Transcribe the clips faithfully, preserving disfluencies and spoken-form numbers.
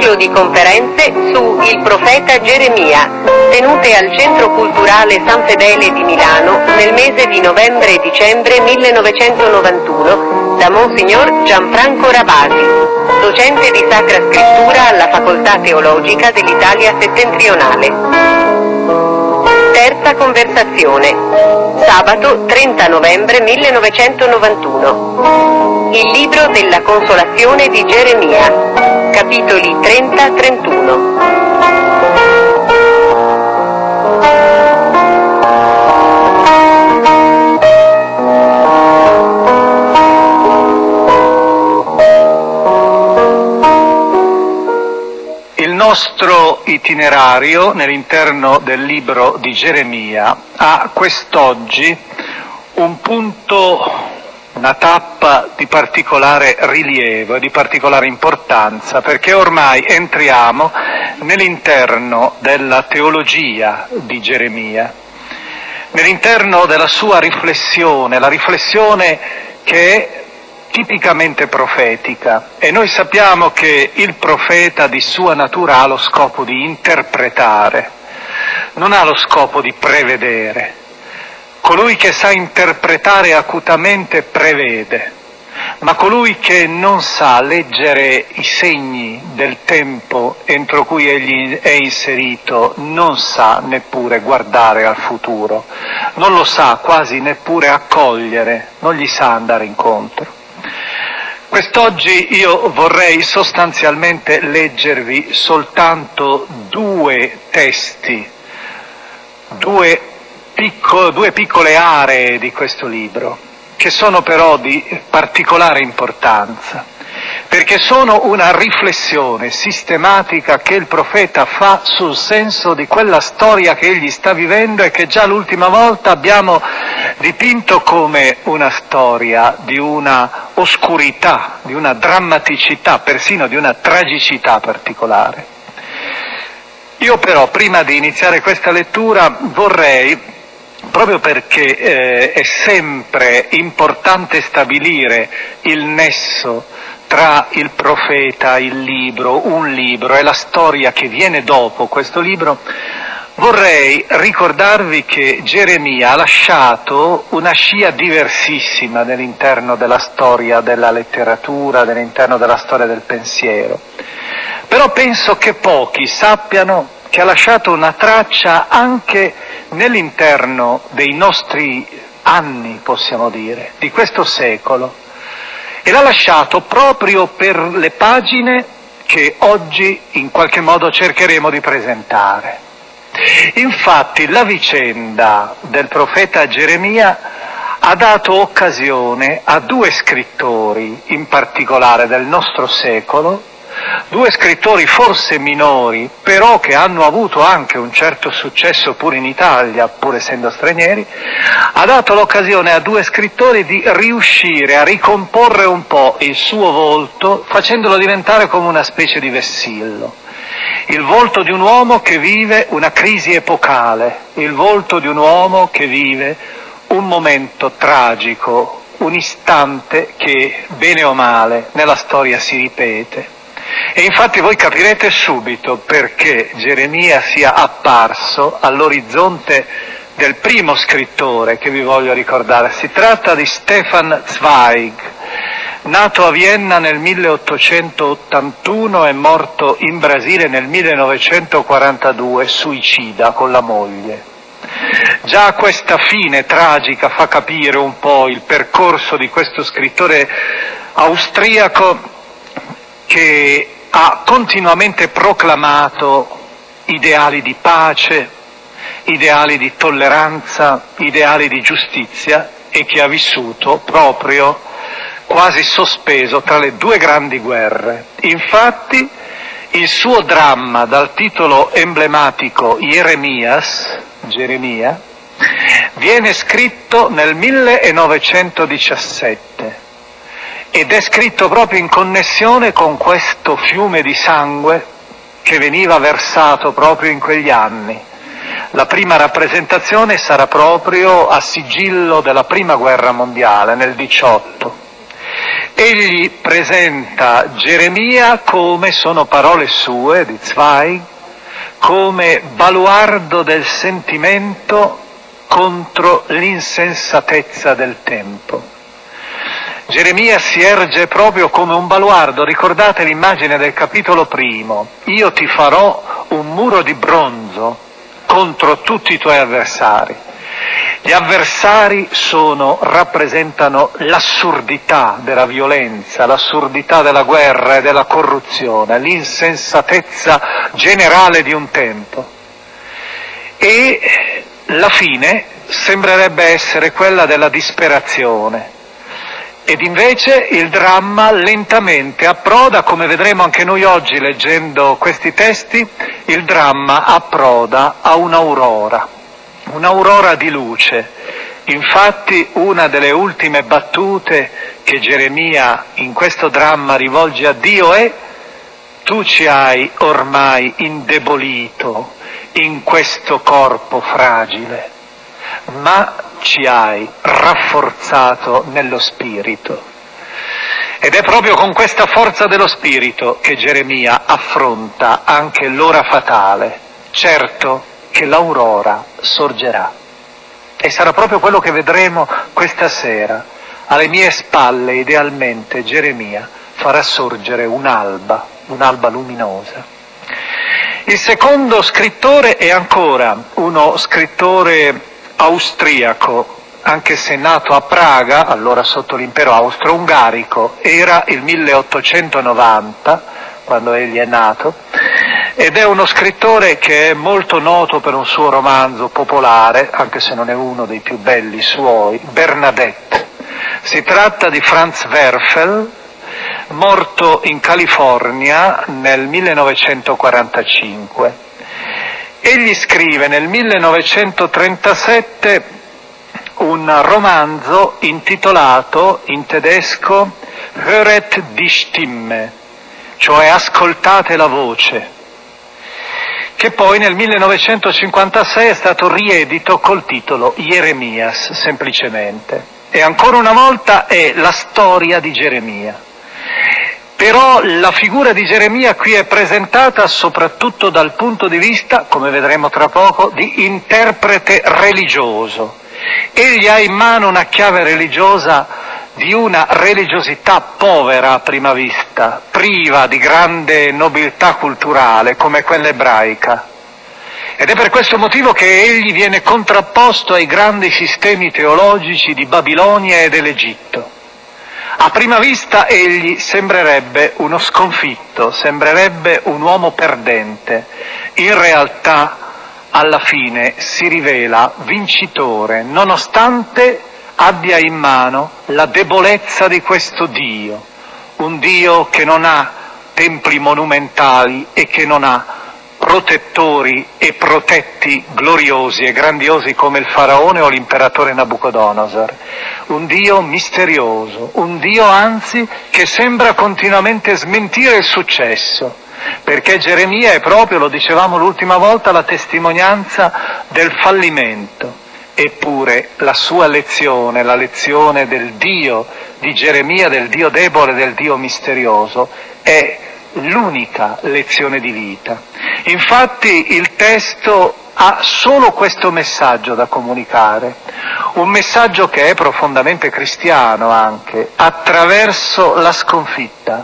ciclo di conferenze su Il profeta Geremia, tenute al Centro Culturale San Fedele di Milano nel mese di novembre e dicembre millenovecentonovantuno da Monsignor Gianfranco Ravasi, docente di Sacra Scrittura alla Facoltà Teologica dell'Italia Settentrionale. Terza conversazione, sabato trenta novembre millenovecentonovantuno. Il libro della consolazione di Geremia, capitoli trenta trentuno. Il nostro itinerario nell'interno del libro di Geremia ha quest'oggi un punto, una tappa di particolare rilievo e di particolare importanza, perché ormai entriamo nell'interno della teologia di Geremia, nell'interno della sua riflessione, la riflessione che è tipicamente profetica, e noi sappiamo che il profeta di sua natura ha lo scopo di interpretare, non ha lo scopo di prevedere. Colui che sa interpretare acutamente prevede, ma colui che non sa leggere i segni del tempo entro cui egli è inserito non sa neppure guardare al futuro, non lo sa quasi neppure accogliere, non gli sa andare incontro. Quest'oggi io vorrei sostanzialmente leggervi soltanto due testi, due, picco, due piccole aree di questo libro, che sono però di particolare importanza, perché sono una riflessione sistematica che il profeta fa sul senso di quella storia che egli sta vivendo e che già l'ultima volta abbiamo dipinto come una storia di una oscurità, di una drammaticità, persino di una tragicità particolare. Io però, prima di iniziare questa lettura, vorrei, proprio perché eh, è sempre importante stabilire il nesso tra il profeta, il libro, un libro e la storia che viene dopo questo libro, vorrei ricordarvi che Geremia ha lasciato una scia diversissima nell'interno della storia della letteratura, nell'interno della storia del pensiero. Però penso che pochi sappiano che ha lasciato una traccia anche nell'interno dei nostri anni, possiamo dire, di questo secolo. E l'ha lasciato proprio per le pagine che oggi in qualche modo cercheremo di presentare. Infatti la vicenda del profeta Geremia ha dato occasione a due scrittori, in particolare del nostro secolo, due scrittori forse minori, però che hanno avuto anche un certo successo pure in Italia, pur essendo stranieri, ha dato l'occasione a due scrittori di riuscire a ricomporre un po' il suo volto, facendolo diventare come una specie di vessillo. Il volto di un uomo che vive una crisi epocale, il volto di un uomo che vive un momento tragico, un istante che, bene o male, nella storia si ripete. E infatti voi capirete subito perché Geremia sia apparso all'orizzonte del primo scrittore che vi voglio ricordare. Si tratta di Stefan Zweig, nato a Vienna nel milleottocentottantuno e morto in Brasile nel millenovecentoquarantadue, suicida con la moglie. Già questa fine tragica fa capire un po' il percorso di questo scrittore austriaco che ha continuamente proclamato ideali di pace, ideali di tolleranza, ideali di giustizia, e che ha vissuto proprio quasi sospeso tra le due grandi guerre. Infatti il suo dramma dal titolo emblematico Jeremias, Geremia, viene scritto nel millenovecentodiciassette ed è scritto proprio in connessione con questo fiume di sangue che veniva versato proprio in quegli anni. La prima rappresentazione sarà proprio a sigillo della prima guerra mondiale, nel diciotto. Egli presenta Geremia come, sono parole sue, di Zweig, come baluardo del sentimento contro l'insensatezza del tempo. Geremia si erge proprio come un baluardo, ricordate l'immagine del capitolo primo, io ti farò un muro di bronzo contro tutti i tuoi avversari. Gli avversari sono, rappresentano l'assurdità della violenza, l'assurdità della guerra e della corruzione, l'insensatezza generale di un tempo. E la fine sembrerebbe essere quella della disperazione. Ed invece il dramma lentamente approda, come vedremo anche noi oggi leggendo questi testi, il dramma approda a un'aurora. Un'aurora di luce. Infatti una delle ultime battute che Geremia in questo dramma rivolge a Dio è: tu ci hai ormai indebolito in questo corpo fragile, ma ci hai rafforzato nello spirito. Ed è proprio con questa forza dello spirito che Geremia affronta anche l'ora fatale. Certo che l'aurora sorgerà. E sarà proprio quello che vedremo questa sera. Alle mie spalle, idealmente, Geremia farà sorgere un'alba, un'alba luminosa. Il secondo scrittore è ancora uno scrittore austriaco, anche se nato a Praga, allora sotto l'impero austro-ungarico, era il milleottocentonovanta, quando egli è nato, ed è uno scrittore che è molto noto per un suo romanzo popolare, anche se non è uno dei più belli suoi, Bernadette. Si tratta di Franz Werfel, morto in California nel millenovecentoquarantacinque. Egli scrive nel millenovecentotrentasette un romanzo intitolato in tedesco Höret die Stimme, cioè ascoltate la voce, che poi nel millenovecentocinquantasei è stato riedito col titolo Jeremias, semplicemente. E ancora una volta è la storia di Geremia. Però la figura di Geremia qui è presentata soprattutto dal punto di vista, come vedremo tra poco, di interprete religioso. Egli ha in mano una chiave religiosa di una religiosità povera a prima vista, priva di grande nobiltà culturale come quella ebraica. Ed è per questo motivo che egli viene contrapposto ai grandi sistemi teologici di Babilonia e dell'Egitto. A prima vista egli sembrerebbe uno sconfitto, sembrerebbe un uomo perdente. In realtà, alla fine, si rivela vincitore, nonostante abbia in mano la debolezza di questo Dio, un Dio che non ha templi monumentali e che non ha protettori e protetti gloriosi e grandiosi come il faraone o l'imperatore Nabucodonosor. Un Dio misterioso, un Dio anzi che sembra continuamente smentire il successo, perché Geremia è proprio, lo dicevamo l'ultima volta, la testimonianza del fallimento. Eppure la sua lezione, la lezione del Dio di Geremia, del Dio debole, del Dio misterioso, è l'unica lezione di vita. Infatti il testo ha solo questo messaggio da comunicare, un messaggio che è profondamente cristiano anche. Attraverso la sconfitta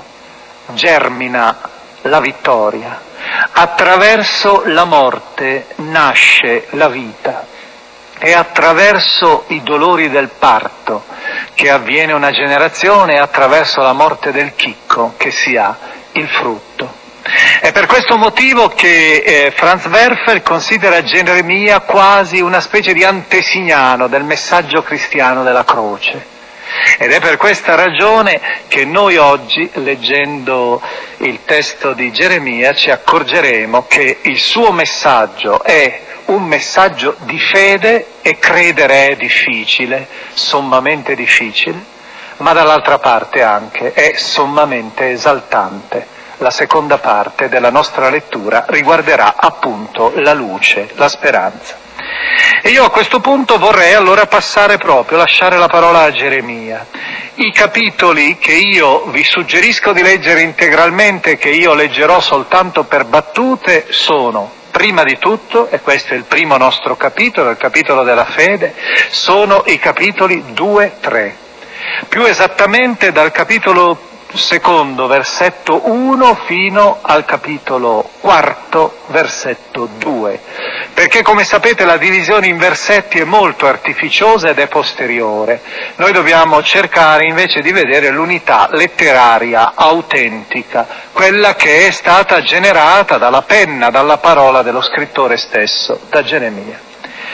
germina la vittoria, attraverso la morte nasce la vita. È attraverso i dolori del parto che avviene una generazione, e attraverso la morte del chicco che si ha il frutto. È per questo motivo che eh, Franz Werfel considera Geremia quasi una specie di antesignano del messaggio cristiano della croce. Ed è per questa ragione che noi oggi, leggendo il testo di Geremia, ci accorgeremo che il suo messaggio è un messaggio di fede, e credere è difficile, sommamente difficile, ma dall'altra parte anche è sommamente esaltante. La seconda parte della nostra lettura riguarderà appunto la luce, la speranza. E io a questo punto vorrei allora passare proprio, lasciare la parola a Geremia. I capitoli che io vi suggerisco di leggere integralmente, che io leggerò soltanto per battute, sono, prima di tutto, e questo è il primo nostro capitolo, il capitolo della fede, sono i capitoli due tre. Più esattamente dal capitolo secondo, versetto uno, fino al capitolo quarto, versetto due. Perché, come sapete, la divisione in versetti è molto artificiosa ed è posteriore. Noi dobbiamo cercare invece di vedere l'unità letteraria autentica, quella che è stata generata dalla penna, dalla parola dello scrittore stesso, da Geremia.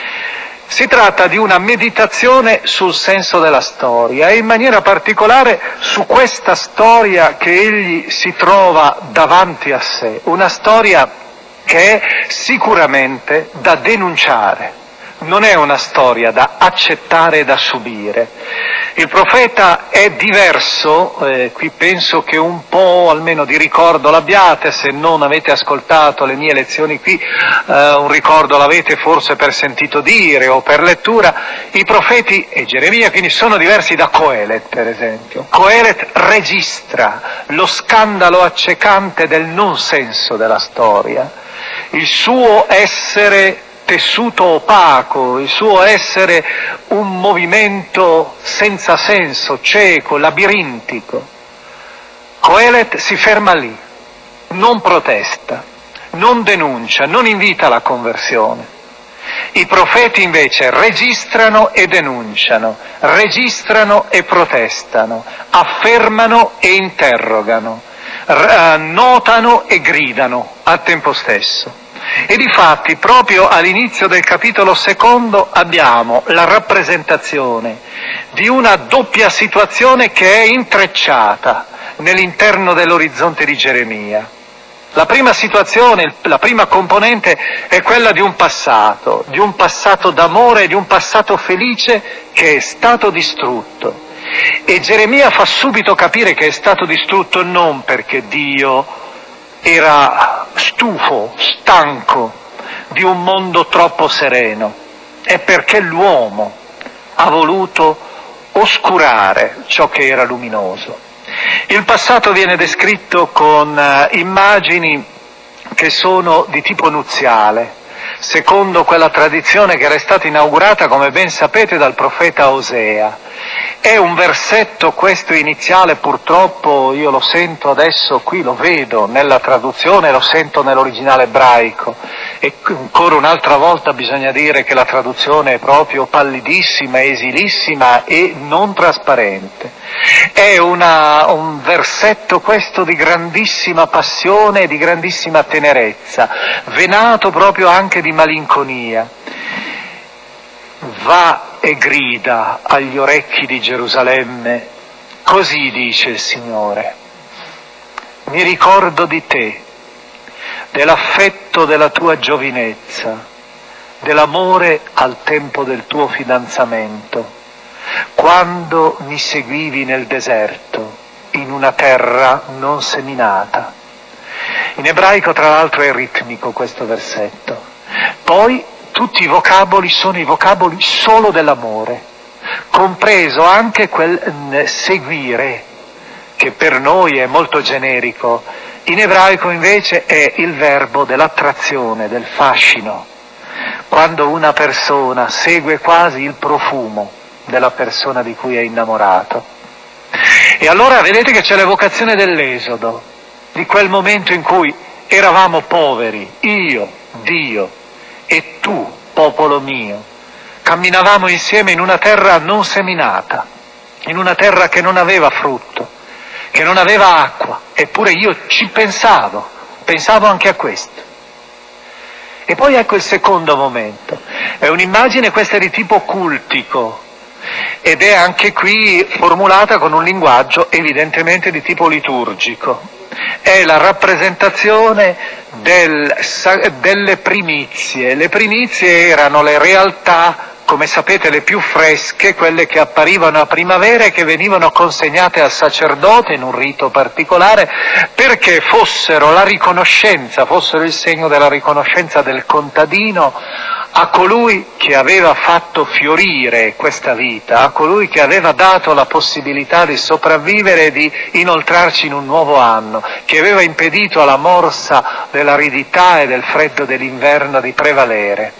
Si tratta di una meditazione sul senso della storia e in maniera particolare su questa storia che egli si trova davanti a sé, una storia che è sicuramente da denunciare, non è una storia da accettare e da subire. Il profeta è diverso, eh, qui penso che un po' almeno di ricordo l'abbiate, se non avete ascoltato le mie lezioni qui, eh, un ricordo l'avete forse per sentito dire o per lettura. I profeti e Geremia quindi sono diversi da Coelet, per esempio. Coelet registra lo scandalo accecante del non senso della storia, il suo essere tessuto opaco, il suo essere un movimento senza senso, cieco, labirintico. Coelet si ferma lì, non protesta, non denuncia, non invita alla conversione. I profeti invece registrano e denunciano, registrano e protestano, affermano e interrogano, r- notano e gridano al tempo stesso. E difatti proprio all'inizio del capitolo secondo abbiamo la rappresentazione di una doppia situazione che è intrecciata nell'interno dell'orizzonte di Geremia. La prima situazione, la prima componente è quella di un passato, di un passato d'amore, di un passato felice che è stato distrutto. E Geremia fa subito capire che è stato distrutto non perché Dio era stufo, stanco di un mondo troppo sereno, è perché l'uomo ha voluto oscurare ciò che era luminoso. Il passato viene descritto con uh, immagini che sono di tipo nuziale, secondo quella tradizione che era stata inaugurata, come ben sapete, dal profeta Osea. È un versetto questo iniziale, purtroppo io lo sento adesso qui, lo vedo nella traduzione, lo sento nell'originale ebraico, e ancora un'altra volta bisogna dire che la traduzione è proprio pallidissima, esilissima e non trasparente. È una, un versetto questo di grandissima passione e di grandissima tenerezza, venato proprio anche di malinconia. Va e grida agli orecchi di Gerusalemme, così dice il Signore: mi ricordo di te, dell'affetto della tua giovinezza, dell'amore al tempo del tuo fidanzamento, quando mi seguivi nel deserto, in una terra non seminata. In ebraico, tra l'altro, è ritmico questo versetto. Poi tutti i vocaboli sono i vocaboli solo dell'amore, compreso anche quel seguire, che per noi è molto generico. In ebraico invece è il verbo dell'attrazione, del fascino, quando una persona segue quasi il profumo della persona di cui è innamorato. E allora vedete che c'è l'evocazione dell'Esodo, di quel momento in cui eravamo poveri, io, Dio, e tu, popolo mio, camminavamo insieme in una terra non seminata, in una terra che non aveva frutto, che non aveva acqua, eppure io ci pensavo, pensavo anche a questo. E poi ecco il secondo momento, è un'immagine questa di tipo cultico, ed è anche qui formulata con un linguaggio evidentemente di tipo liturgico. È la rappresentazione del, delle primizie. Le primizie erano le realtà, come sapete, le più fresche, quelle che apparivano a primavera e che venivano consegnate al sacerdote in un rito particolare, perché fossero la riconoscenza, fossero il segno della riconoscenza del contadino a colui che aveva fatto fiorire questa vita, a colui che aveva dato la possibilità di sopravvivere e di inoltrarci in un nuovo anno, che aveva impedito alla morsa dell'aridità e del freddo dell'inverno di prevalere.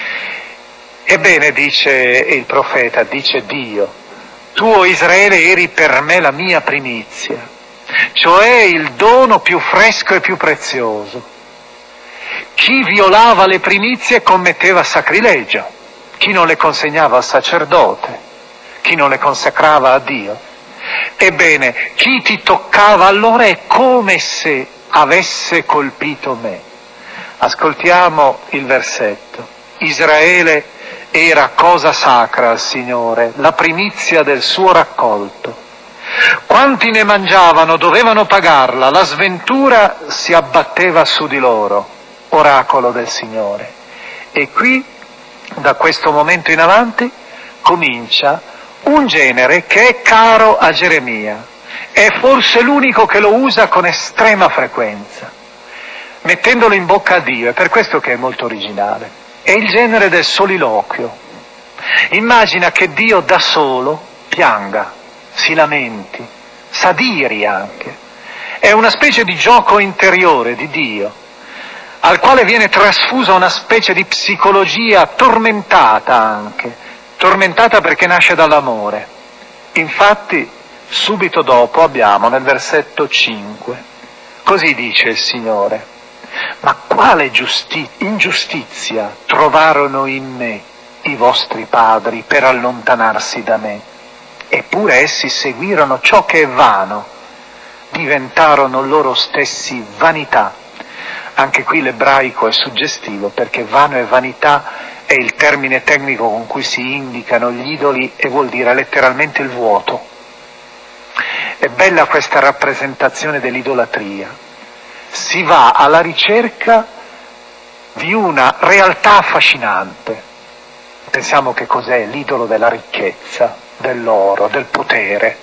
Ebbene, dice il profeta, dice Dio, tu, o Israele, eri per me la mia primizia, cioè il dono più fresco e più prezioso. Chi violava le primizie commetteva sacrilegio, chi non le consegnava al sacerdote, chi non le consacrava a Dio. Ebbene, chi ti toccava allora è come se avesse colpito me. Ascoltiamo il versetto. Israele era cosa sacra al Signore, la primizia del suo raccolto. Quanti ne mangiavano dovevano pagarla, la sventura si abbatteva su di loro. Oracolo del Signore. E qui, da questo momento in avanti, comincia un genere che è caro a Geremia, è forse l'unico che lo usa con estrema frequenza, mettendolo in bocca a Dio, è per questo che è molto originale. È il genere del soliloquio. Immagina che Dio da solo pianga, si lamenti, s'adiri anche. È una specie di gioco interiore di Dio, al quale viene trasfusa una specie di psicologia tormentata anche, tormentata perché nasce dall'amore. Infatti, subito dopo abbiamo nel versetto cinque, così dice il Signore, ma quale giusti- ingiustizia trovarono in me i vostri padri per allontanarsi da me? Eppure essi seguirono ciò che è vano, diventarono loro stessi vanità. Anche qui l'ebraico è suggestivo perché vano e vanità è il termine tecnico con cui si indicano gli idoli e vuol dire letteralmente il vuoto. È bella questa rappresentazione dell'idolatria. Si va alla ricerca di una realtà affascinante. Pensiamo che cos'è l'idolo della ricchezza, dell'oro, del potere.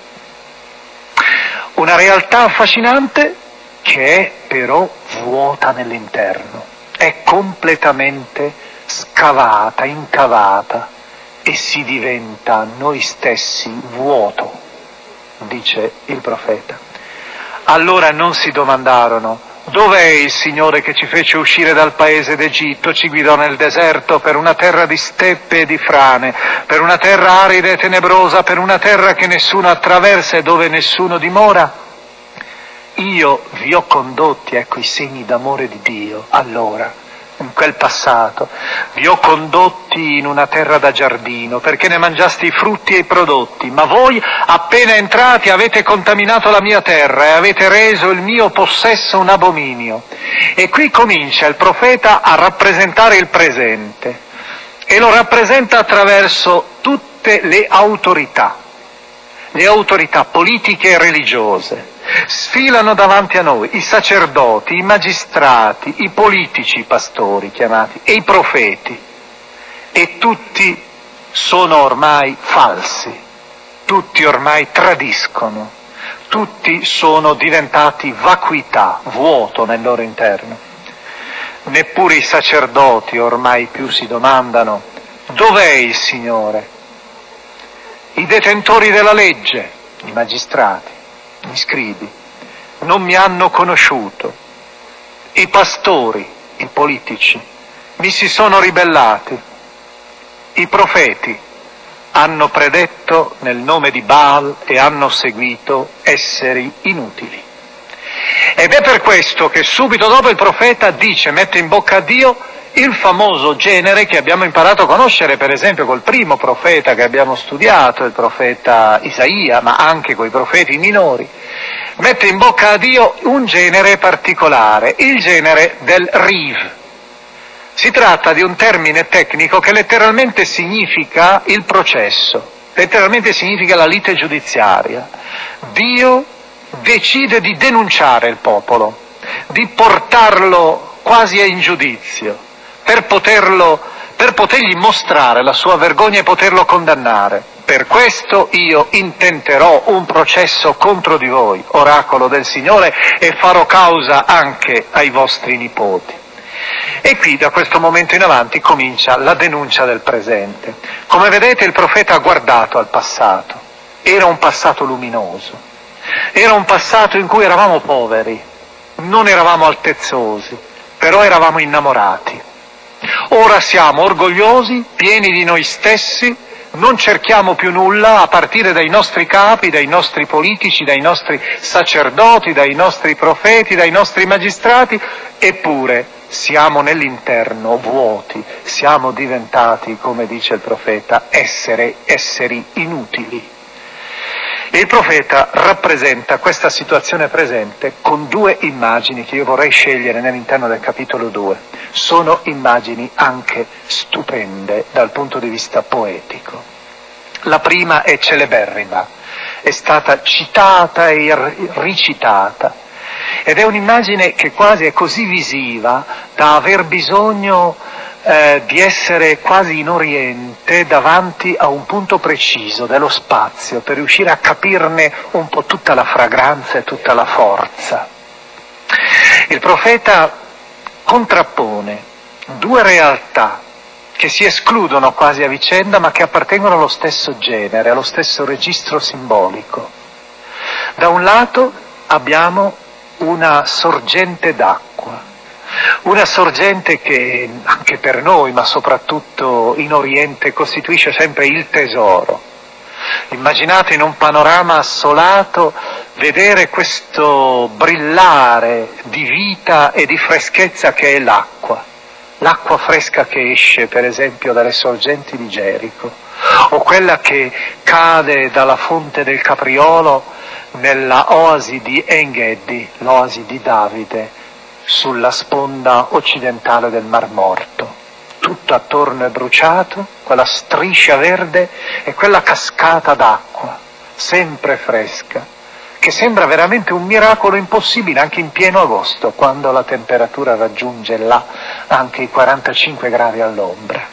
Una realtà affascinante che è però vuota nell'interno, è completamente scavata, incavata e si diventa noi stessi vuoto, dice il profeta. Allora non si domandarono: dov'è il Signore che ci fece uscire dal paese d'Egitto, ci guidò nel deserto per una terra di steppe e di frane, per una terra arida e tenebrosa, per una terra che nessuno attraversa e dove nessuno dimora? Io vi ho condotti, ecco i segni d'amore di Dio, allora, in quel passato, vi ho condotti in una terra da giardino, perché ne mangiaste i frutti e i prodotti, ma voi, appena entrati, avete contaminato la mia terra e avete reso il mio possesso un abominio. E qui comincia il profeta a rappresentare il presente, e lo rappresenta attraverso tutte le autorità, le autorità politiche e religiose. Sfilano davanti a noi i sacerdoti, i magistrati, i politici, i pastori chiamati, e i profeti, e tutti sono ormai falsi, tutti ormai tradiscono, tutti sono diventati vacuità, vuoto nel loro interno. Neppure i sacerdoti ormai più si domandano: dov'è il Signore? I detentori della legge, i magistrati, gli scribi, non mi hanno conosciuto. I pastori, i politici, mi si sono ribellati. I profeti hanno predetto nel nome di Baal e hanno seguito esseri inutili. Ed è per questo che subito dopo il profeta dice, mette in bocca a Dio il famoso genere che abbiamo imparato a conoscere, per esempio col primo profeta che abbiamo studiato, il profeta Isaia, ma anche coi profeti minori. Mette in bocca a Dio un genere particolare, il genere del Riv. Si tratta di un termine tecnico che letteralmente significa il processo, letteralmente significa la lite giudiziaria. Dio decide di denunciare il popolo, di portarlo quasi in giudizio, per poterlo, per potergli mostrare la sua vergogna e poterlo condannare. Per questo io intenterò un processo contro di voi, oracolo del Signore, e farò causa anche ai vostri nipoti. E qui da questo momento in avanti comincia la denuncia del presente. Come vedete il profeta ha guardato al passato, era un passato luminoso, era un passato in cui eravamo poveri, non eravamo altezzosi, però eravamo innamorati. Ora siamo orgogliosi, pieni di noi stessi, non cerchiamo più nulla a partire dai nostri capi, dai nostri politici, dai nostri sacerdoti, dai nostri profeti, dai nostri magistrati, eppure siamo nell'interno vuoti, siamo diventati, come dice il profeta, essere, esseri inutili. E il profeta rappresenta questa situazione presente con due immagini che io vorrei scegliere nell'interno del capitolo due. Sono immagini anche stupende dal punto di vista poetico. La prima è celeberrima, è stata citata e ricitata, ed è un'immagine che quasi è così visiva da aver bisogno eh, di essere quasi in Oriente davanti a un punto preciso dello spazio per riuscire a capirne un po' tutta la fragranza e tutta la forza. Il profeta contrappone due realtà che si escludono quasi a vicenda ma che appartengono allo stesso genere, allo stesso registro simbolico. Da un lato abbiamo una sorgente d'acqua, una sorgente che anche per noi, ma soprattutto in Oriente, costituisce sempre il tesoro. Immaginate in un panorama assolato vedere questo brillare di vita e di freschezza che è l'acqua, l'acqua fresca che esce per esempio dalle sorgenti di Gerico, o quella che cade dalla fonte del Capriolo nella oasi di Engedi, l'oasi di Davide, sulla sponda occidentale del Mar Morto. Tutto attorno è bruciato, quella striscia verde e quella cascata d'acqua, sempre fresca, che sembra veramente un miracolo impossibile anche in pieno agosto, quando la temperatura raggiunge là anche i quarantacinque gradi all'ombra.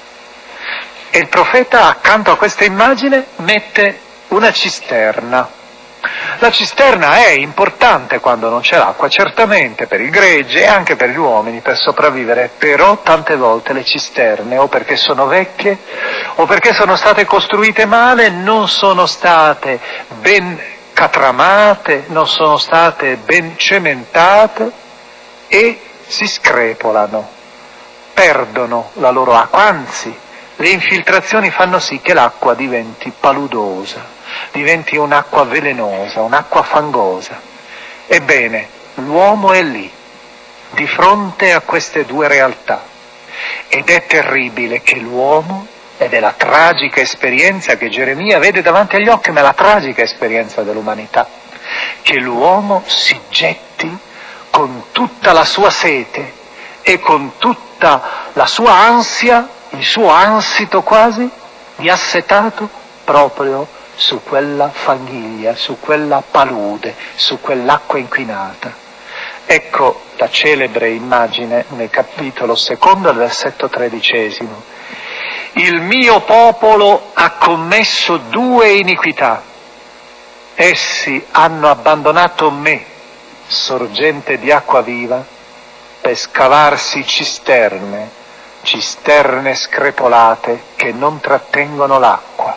E il profeta accanto a questa immagine mette una cisterna. La cisterna è importante quando non c'è l'acqua, certamente per il gregge e anche per gli uomini per sopravvivere, però tante volte le cisterne, o perché sono vecchie o perché sono state costruite male, non sono state ben catramate, non sono state ben cementate e si screpolano, perdono la loro acqua, anzi le infiltrazioni fanno sì che l'acqua diventi paludosa, diventi un'acqua velenosa, un'acqua fangosa. Ebbene, l'uomo è lì, di fronte a queste due realtà, ed è terribile che l'uomo, ed è la tragica esperienza che Geremia vede davanti agli occhi, ma è la tragica esperienza dell'umanità, che l'uomo si getti con tutta la sua sete e con tutta la sua ansia, il suo ansito quasi, di assetato proprio su quella fanghiglia, su quella palude, su quell'acqua inquinata. Ecco la celebre immagine nel capitolo secondo, al versetto tredicesimo. Il mio popolo ha commesso due iniquità. Essi hanno abbandonato me, sorgente di acqua viva, per scavarsi cisterne, cisterne screpolate che non trattengono l'acqua.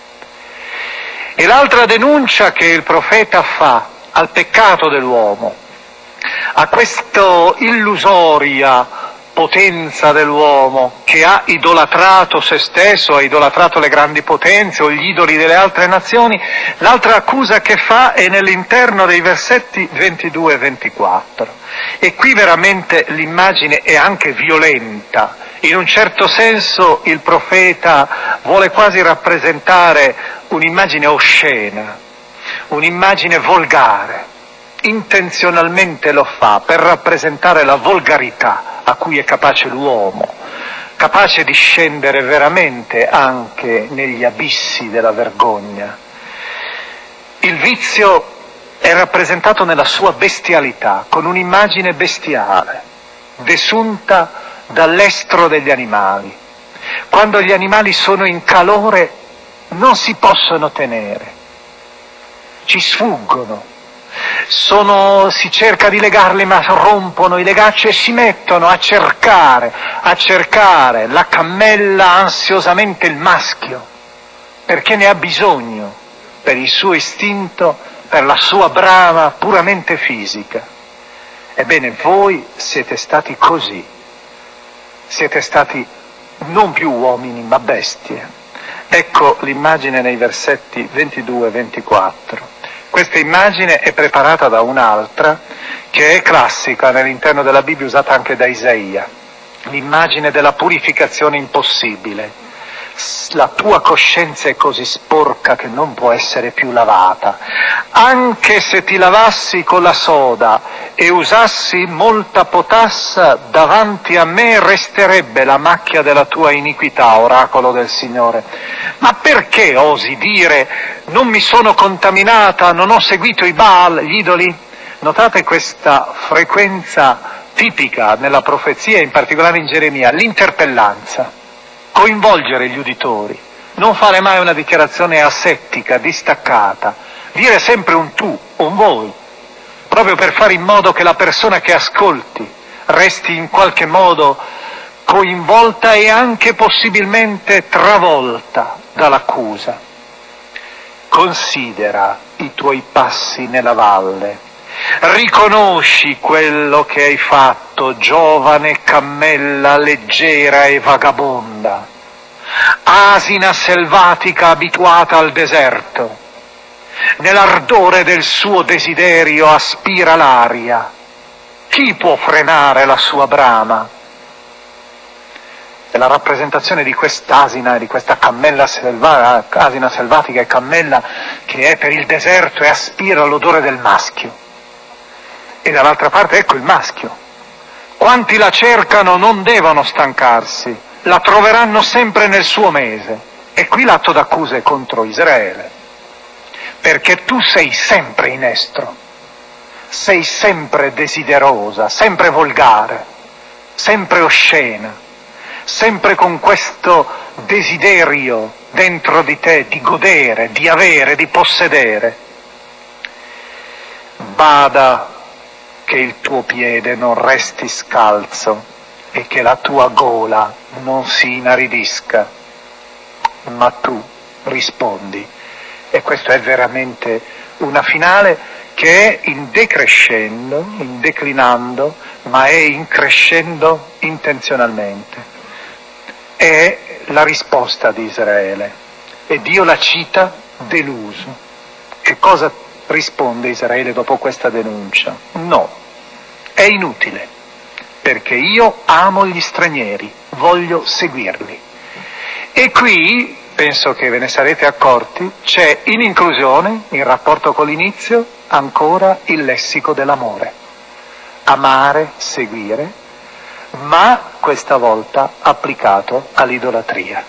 E l'altra denuncia che il profeta fa al peccato dell'uomo, a questa illusoria potenza dell'uomo che ha idolatrato se stesso, ha idolatrato le grandi potenze o gli idoli delle altre nazioni, l'altra accusa che fa è nell'interno dei versetti ventidue e ventiquattro. E qui veramente l'immagine è anche violenta. In un certo senso il profeta vuole quasi rappresentare un'immagine oscena, un'immagine volgare. Intenzionalmente lo fa per rappresentare la volgarità a cui è capace l'uomo, capace di scendere veramente anche negli abissi della vergogna. Il vizio è rappresentato nella sua bestialità, con un'immagine bestiale, desunta dall'estro degli animali. Quando gli animali sono in calore non si possono tenere, ci sfuggono. sono, si cerca di legarli ma rompono i legacci e si mettono a cercare, a cercare la cammella ansiosamente il maschio, perché ne ha bisogno per il suo istinto, per la sua brama puramente fisica. Ebbene, voi siete stati così, siete stati non più uomini ma bestie. Ecco l'immagine nei versetti ventidue e ventiquattro. Questa immagine è preparata da un'altra che è classica all'interno della Bibbia, usata anche da Isaia, l'immagine della purificazione impossibile. La tua coscienza è così sporca che non può essere più lavata. Anche se ti lavassi con la soda e usassi molta potassa, davanti a me resterebbe la macchia della tua iniquità, oracolo del Signore. Ma perché osi dire non mi sono contaminata, non ho seguito i Baal, gli idoli? Notate questa frequenza tipica nella profezia, in particolare in Geremia, l'interpellanza. Coinvolgere gli uditori, non fare mai una dichiarazione asettica, distaccata, dire sempre un tu, un voi, proprio per fare in modo che la persona che ascolti resti in qualche modo coinvolta e anche possibilmente travolta dall'accusa. Considera i tuoi passi nella valle, riconosci quello che hai fatto, giovane cammella leggera e vagabonda, asina selvatica abituata al deserto. Nell'ardore del suo desiderio aspira l'aria. Chi può frenare la sua brama? È la rappresentazione di quest'asina, di questa cammella selva, asina selvatica e cammella che è per il deserto e aspira all'odore del maschio. E dall'altra parte ecco il maschio. Quanti la cercano non devono stancarsi, la troveranno sempre nel suo mese. E qui l'atto d'accusa è contro Israele, perché tu sei sempre in estro, sei sempre desiderosa, sempre volgare, sempre oscena, sempre con questo desiderio dentro di te di godere, di avere, di possedere. Bada che il tuo piede non resti scalzo e che la tua gola non si inaridisca, ma tu rispondi. E questo è veramente una finale che è in decrescendo, in declinando, ma è in crescendo intenzionalmente. È la risposta di Israele. E Dio la cita deluso. Che cosa risponde Israele dopo questa denuncia? No, è inutile, perché io amo gli stranieri, voglio seguirli. E qui, penso che ve ne sarete accorti, c'è in inclusione, in rapporto con l'inizio, ancora il lessico dell'amore. Amare, seguire, ma questa volta applicato all'idolatria.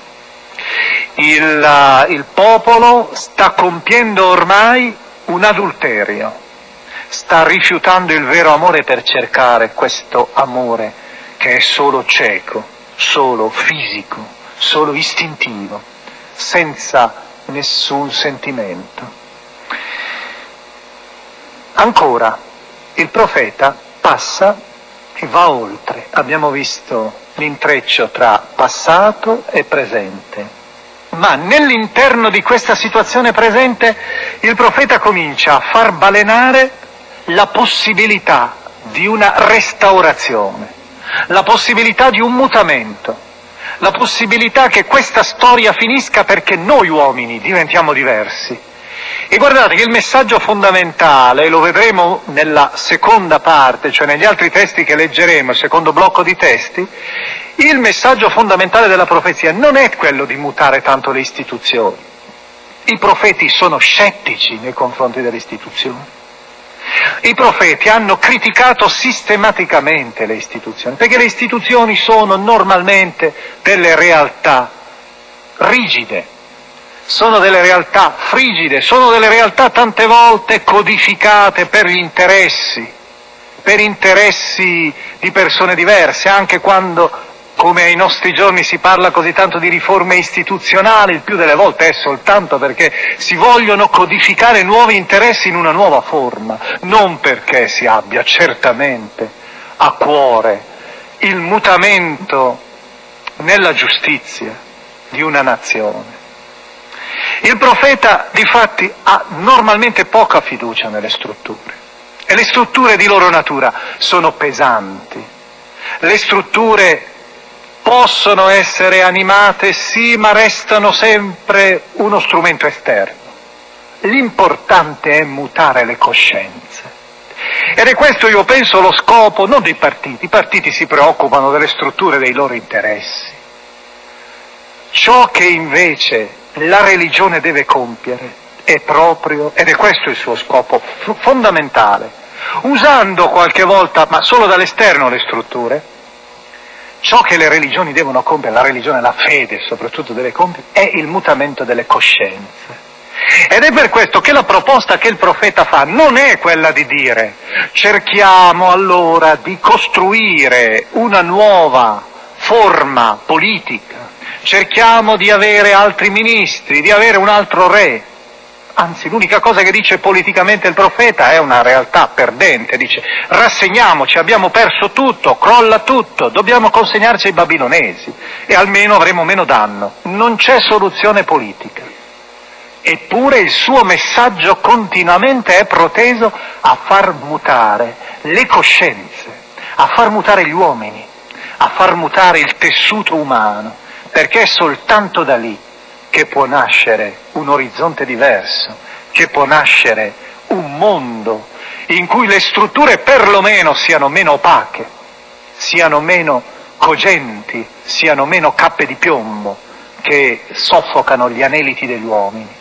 Il, il popolo sta compiendo ormai un adulterio, sta rifiutando il vero amore per cercare questo amore che è solo cieco, solo fisico, solo istintivo, senza nessun sentimento. Ancora, il profeta passa e va oltre. Abbiamo visto l'intreccio tra passato e presente. Ma nell'interno di questa situazione presente il profeta comincia a far balenare la possibilità di una restaurazione, la possibilità di un mutamento, la possibilità che questa storia finisca perché noi uomini diventiamo diversi. E guardate che il messaggio fondamentale, lo vedremo nella seconda parte, cioè negli altri testi che leggeremo, il secondo blocco di testi, il messaggio fondamentale della profezia non è quello di mutare tanto le istituzioni. I profeti sono scettici nei confronti delle istituzioni. I profeti hanno criticato sistematicamente le istituzioni, perché le istituzioni sono normalmente delle realtà rigide, sono delle realtà frigide, sono delle realtà tante volte codificate per gli interessi, per interessi di persone diverse, anche quando come ai nostri giorni si parla così tanto di riforme istituzionali, il più delle volte è soltanto perché si vogliono codificare nuovi interessi in una nuova forma, non perché si abbia certamente a cuore il mutamento nella giustizia di una nazione. Il profeta, difatti, ha normalmente poca fiducia nelle strutture, e le strutture di loro natura sono pesanti. Le strutture possono essere animate, sì, ma restano sempre uno strumento esterno. L'importante è mutare le coscienze. Ed è questo, io penso, lo scopo non dei partiti. I partiti si preoccupano delle strutture dei loro interessi. Ciò che invece la religione deve compiere è proprio, ed è questo il suo scopo fondamentale, usando qualche volta, ma solo dall'esterno, le strutture. Ciò che le religioni devono compiere, la religione, la fede soprattutto deve compiere, è il mutamento delle coscienze. Ed è per questo che la proposta che il profeta fa non è quella di dire cerchiamo allora di costruire una nuova forma politica, cerchiamo di avere altri ministri, di avere un altro re. Anzi, l'unica cosa che dice politicamente il profeta è una realtà perdente, dice rassegniamoci, abbiamo perso tutto, crolla tutto, dobbiamo consegnarci ai babilonesi e almeno avremo meno danno. Non c'è soluzione politica. Eppure il suo messaggio continuamente è proteso a far mutare le coscienze, a far mutare gli uomini, a far mutare il tessuto umano, perché è soltanto da lì che può nascere un orizzonte diverso, che può nascere un mondo in cui le strutture perlomeno siano meno opache, siano meno cogenti, siano meno cappe di piombo che soffocano gli aneliti degli uomini.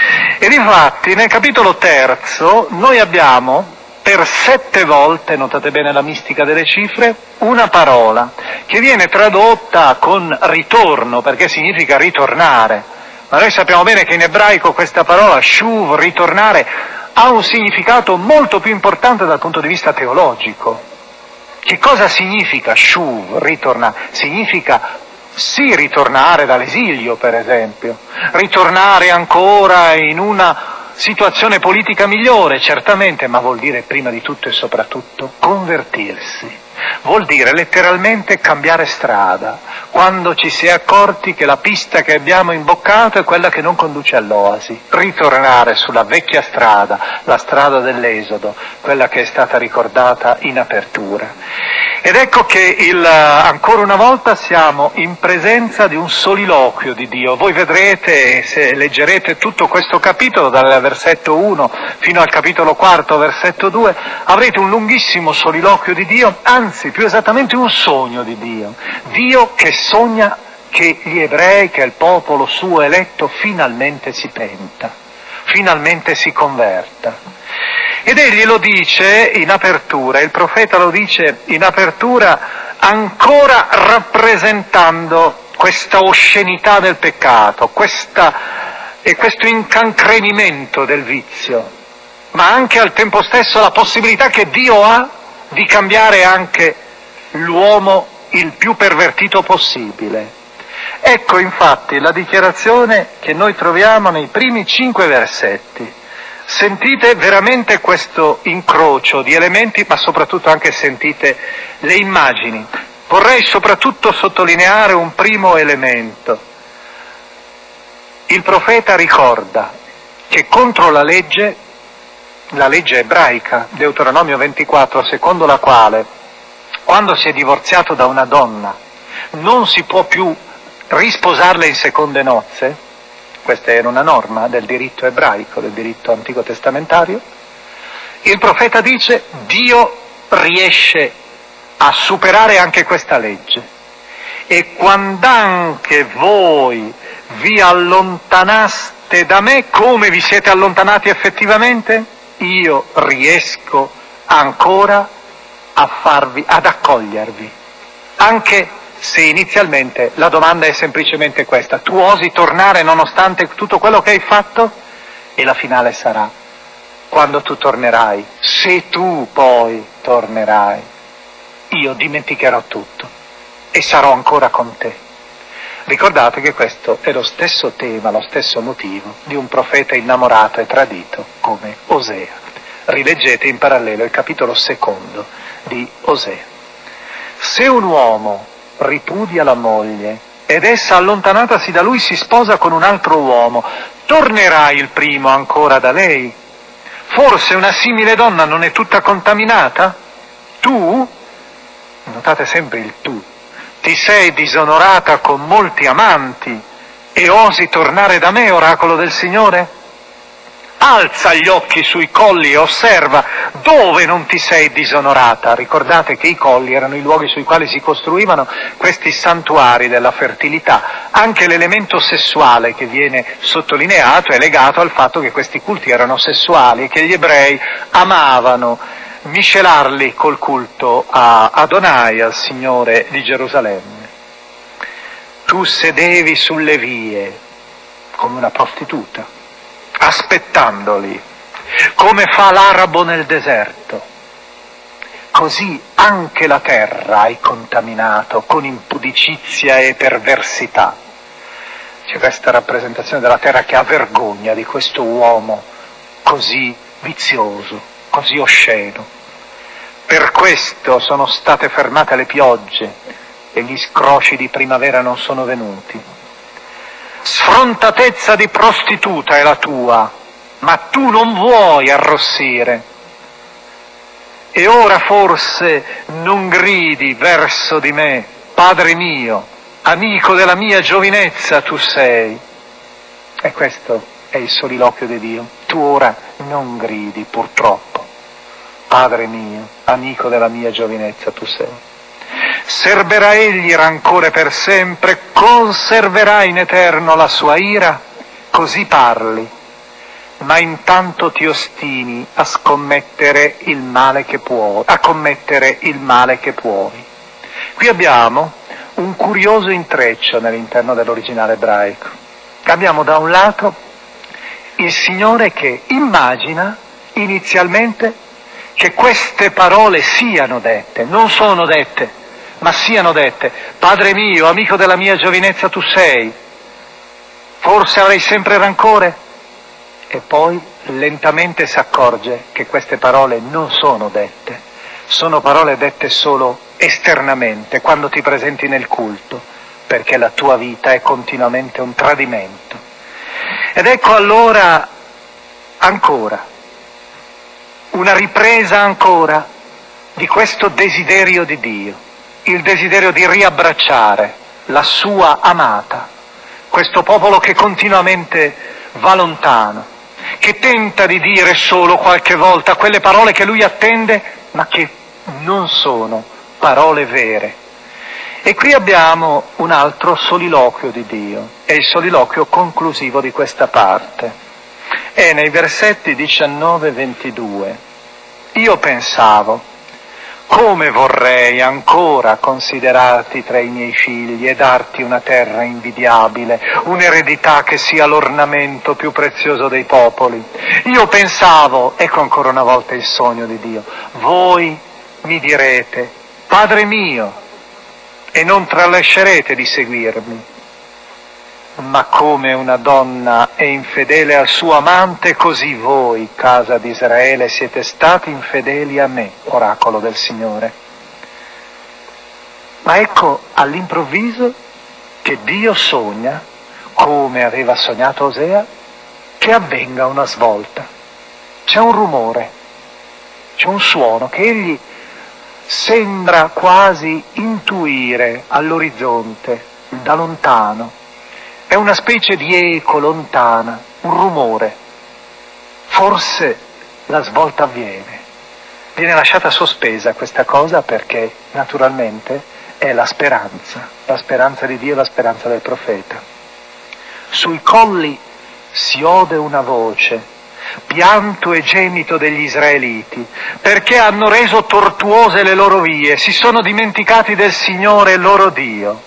E difatti nel capitolo terzo noi abbiamo per sette volte, notate bene la mistica delle cifre, una parola che viene tradotta con ritorno, perché significa ritornare. Ma noi sappiamo bene che in ebraico questa parola, shuv, ritornare, ha un significato molto più importante dal punto di vista teologico. Che cosa significa shuv, ritornare? Significa sì ritornare dall'esilio, per esempio, ritornare ancora in una situazione politica migliore, certamente, ma vuol dire prima di tutto e soprattutto convertirsi. Vuol dire letteralmente cambiare strada, quando ci si è accorti che la pista che abbiamo imboccato è quella che non conduce all'oasi. Ritornare sulla vecchia strada, la strada dell'Esodo, quella che è stata ricordata in apertura. Ed ecco che il, ancora una volta siamo in presenza di un soliloquio di Dio. Voi vedrete, se leggerete tutto questo capitolo, dal versetto uno fino al capitolo quarto, versetto due, avrete un lunghissimo soliloquio di Dio, anzi più esattamente un sogno di Dio. Dio che sogna che gli ebrei, che il popolo suo eletto, finalmente si penta, finalmente si converta. Ed egli lo dice in apertura, il profeta lo dice in apertura ancora rappresentando questa oscenità del peccato, questa, e questo incancrenimento del vizio, ma anche al tempo stesso la possibilità che Dio ha di cambiare anche l'uomo il più pervertito possibile. Ecco infatti la dichiarazione che noi troviamo nei primi cinque versetti. Sentite veramente questo incrocio di elementi, ma soprattutto anche sentite le immagini. Vorrei soprattutto sottolineare un primo elemento. Il profeta ricorda che contro la legge, la legge ebraica, Deuteronomio ventiquattro, secondo la quale quando si è divorziato da una donna non si può più risposarla in seconde nozze. Questa era una norma del diritto ebraico, del diritto antico testamentario. Il profeta dice: Dio riesce a superare anche questa legge, e quando anche voi vi allontanaste da me, come vi siete allontanati effettivamente, io riesco ancora a farvi, ad accogliervi, anche se inizialmente la domanda è semplicemente questa: tu osi tornare nonostante tutto quello che hai fatto? E la finale sarà: quando tu tornerai, se tu poi tornerai, io dimenticherò tutto e sarò ancora con te. Ricordate che questo è lo stesso tema, lo stesso motivo di un profeta innamorato e tradito come Osea. Rileggete in parallelo il capitolo secondo di Osea. Se un uomo ripudia la moglie ed essa, allontanatasi da lui, si sposa con un altro uomo, tornerà il primo ancora da lei? Forse una simile donna non è tutta contaminata? Tu, notate sempre il tu, ti sei disonorata con molti amanti e osi tornare da me, oracolo del Signore? Alza gli occhi sui colli e osserva dove non ti sei disonorata. Ricordate che i colli erano i luoghi sui quali si costruivano questi santuari della fertilità. Anche l'elemento sessuale che viene sottolineato è legato al fatto che questi culti erano sessuali e che gli ebrei amavano miscelarli col culto a Adonai, al Signore di Gerusalemme. Tu sedevi sulle vie come una prostituta, aspettandoli, come fa l'arabo nel deserto. Così anche la terra hai contaminato con impudicizia e perversità. C'è questa rappresentazione della terra che ha vergogna di questo uomo così vizioso, così osceno. Per questo sono state fermate le piogge e gli scroci di primavera non sono venuti. Sfrontatezza di prostituta è la tua, ma tu non vuoi arrossire. E ora forse non gridi verso di me, Padre mio, amico della mia giovinezza tu sei. E questo è il soliloquio di Dio. Tu ora non gridi, purtroppo. Padre mio, amico della mia giovinezza tu sei. Serberà egli rancore per sempre, conserverà in eterno la sua ira? Così parli, ma intanto ti ostini a scommettere il male che puoi, a commettere il male che puoi. Qui abbiamo un curioso intreccio nell'interno dell'originale ebraico. Abbiamo da un lato il Signore che immagina inizialmente che queste parole siano dette, non sono dette, ma siano dette. Padre mio, amico della mia giovinezza tu sei, forse avrei sempre rancore? E poi lentamente si accorge che queste parole non sono dette, sono parole dette solo esternamente, quando ti presenti nel culto, perché la tua vita è continuamente un tradimento. Ed ecco allora ancora una ripresa ancora di questo desiderio di Dio, il desiderio di riabbracciare la sua amata, questo popolo che continuamente va lontano, che tenta di dire solo qualche volta quelle parole che lui attende, ma che non sono parole vere. E qui abbiamo un altro soliloquio di Dio, è il soliloquio conclusivo di questa parte. È nei versetti diciannove e ventidue. Io pensavo, come vorrei ancora considerarti tra i miei figli e darti una terra invidiabile, un'eredità che sia l'ornamento più prezioso dei popoli. Io pensavo, ecco ancora una volta il sogno di Dio, voi mi direte, Padre mio, e non tralascerete di seguirmi. Ma come una donna è infedele al suo amante, così voi, casa di Israele, siete stati infedeli a me, oracolo del Signore. Ma ecco all'improvviso che Dio sogna, come aveva sognato Osea, che avvenga una svolta. C'è un rumore, c'è un suono che egli sembra quasi intuire all'orizzonte, da lontano. È una specie di eco lontana, un rumore. Forse la svolta avviene. Viene lasciata sospesa questa cosa perché naturalmente è la speranza, la speranza di Dio e la speranza del profeta. Sui colli si ode una voce, pianto e gemito degli israeliti, perché hanno reso tortuose le loro vie, si sono dimenticati del Signore loro Dio.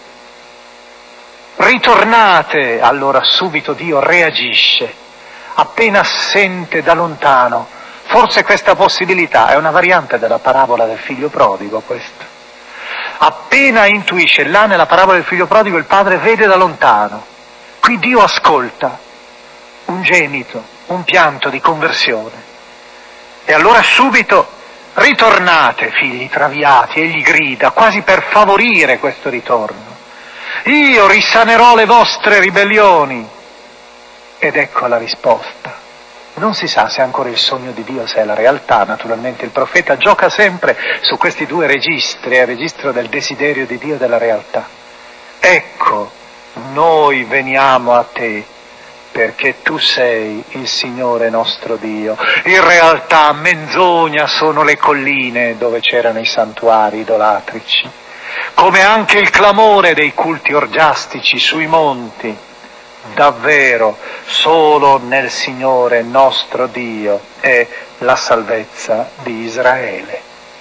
Ritornate, allora subito Dio reagisce, appena sente da lontano. Forse questa possibilità è una variante della parabola del figlio prodigo, questa. Appena intuisce, là nella parabola del figlio prodigo il padre vede da lontano, qui Dio ascolta un gemito, un pianto di conversione. E allora subito: ritornate, figli traviati, egli grida, quasi per favorire questo ritorno. Io risanerò le vostre ribellioni. Ed ecco la risposta. Non si sa se è ancora il sogno di Dio, se è la realtà. Naturalmente il profeta gioca sempre su questi due registri, il registro del desiderio di Dio e della realtà. Ecco, noi veniamo a te perché tu sei il Signore nostro Dio. In realtà menzogna sono le colline dove c'erano i santuari idolatrici, come anche il clamore dei culti orgiastici sui monti. Davvero, solo nel Signore nostro Dio è la salvezza di Israele.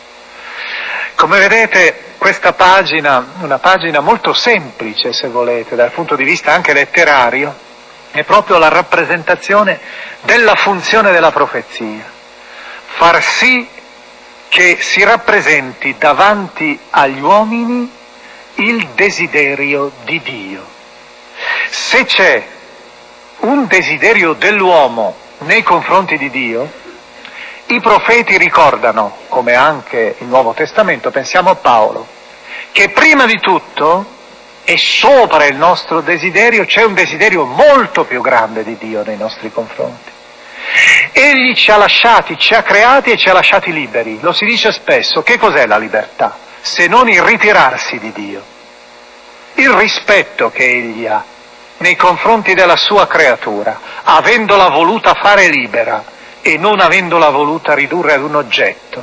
Come vedete, questa pagina, una pagina molto semplice, se volete, dal punto di vista anche letterario, è proprio la rappresentazione della funzione della profezia. Far sì che si rappresenti davanti agli uomini il desiderio di Dio. Se c'è un desiderio dell'uomo nei confronti di Dio, i profeti ricordano, come anche il Nuovo Testamento, pensiamo a Paolo, che prima di tutto e sopra il nostro desiderio c'è un desiderio molto più grande di Dio nei nostri confronti. Egli ci ha lasciati, ci ha creati e ci ha lasciati liberi. Lo si dice spesso: che cos'è la libertà? Se non il ritirarsi di Dio, il rispetto che egli ha nei confronti della sua creatura, avendola voluta fare libera e non avendola voluta ridurre ad un oggetto.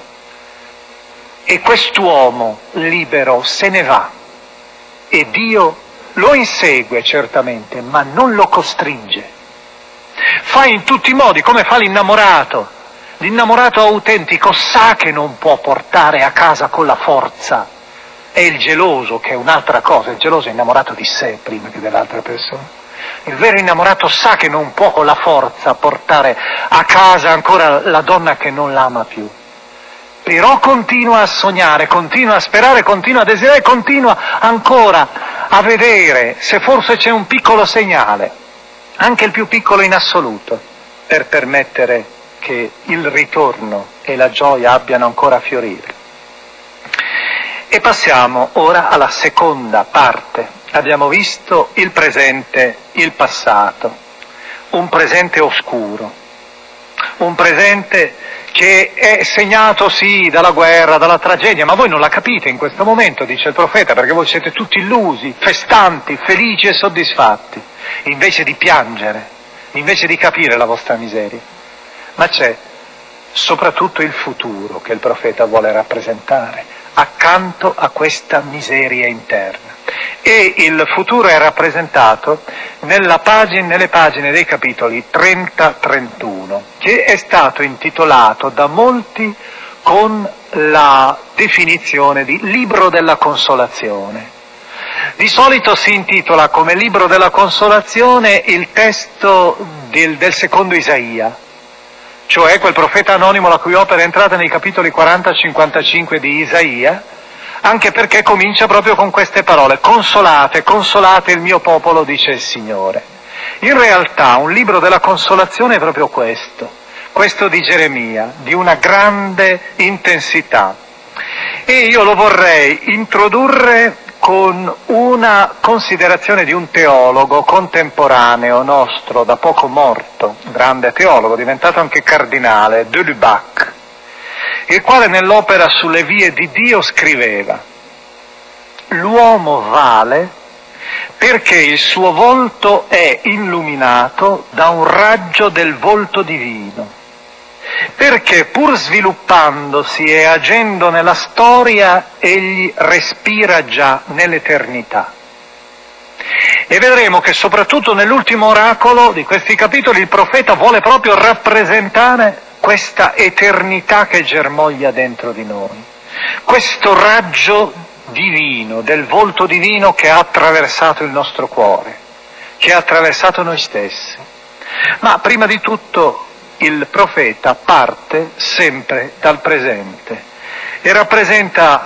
E quest'uomo libero se ne va e Dio lo insegue certamente, ma non lo costringe. Fa in tutti i modi, come fa l'innamorato. L'innamorato autentico sa che non può portare a casa con la forza. È il geloso che è un'altra cosa, il geloso è innamorato di sé prima che dell'altra persona. Il vero innamorato sa che non può con la forza portare a casa ancora la donna che non l'ama più. Però continua a sognare, continua a sperare, continua a desiderare, continua ancora a vedere se forse c'è un piccolo segnale, anche il più piccolo in assoluto, per permettere che il ritorno e la gioia abbiano ancora a fiorire. E passiamo ora alla seconda parte. Abbiamo visto il presente, il passato, un presente oscuro, un presente che è segnato sì dalla guerra, dalla tragedia, ma voi non la capite in questo momento, dice il profeta, perché voi siete tutti illusi, festanti, felici e soddisfatti, invece di piangere, invece di capire la vostra miseria. Ma c'è soprattutto il futuro che il profeta vuole rappresentare accanto a questa miseria interna. E il futuro è rappresentato nella pagina, nelle pagine dei capitoli trenta trentuno, che è stato intitolato da molti con la definizione di Libro della Consolazione. Di solito si intitola come Libro della Consolazione il testo del, del secondo Isaia, cioè quel profeta anonimo la cui opera è entrata nei capitoli quaranta cinquantacinque di Isaia, anche perché comincia proprio con queste parole: consolate, consolate il mio popolo, dice il Signore. In realtà un libro della consolazione è proprio questo, questo di Geremia, di una grande intensità. E io lo vorrei introdurre con una considerazione di un teologo contemporaneo nostro, da poco morto, grande teologo, diventato anche cardinale, de Lubac, il quale nell'opera Sulle vie di Dio scriveva: l'uomo vale perché il suo volto è illuminato da un raggio del volto divino, perché pur sviluppandosi e agendo nella storia, egli respira già nell'eternità. E vedremo che soprattutto nell'ultimo oracolo di questi capitoli il profeta vuole proprio rappresentare questa eternità che germoglia dentro di noi, questo raggio divino, del volto divino che ha attraversato il nostro cuore, che ha attraversato noi stessi. Ma prima di tutto il profeta parte sempre dal presente e rappresenta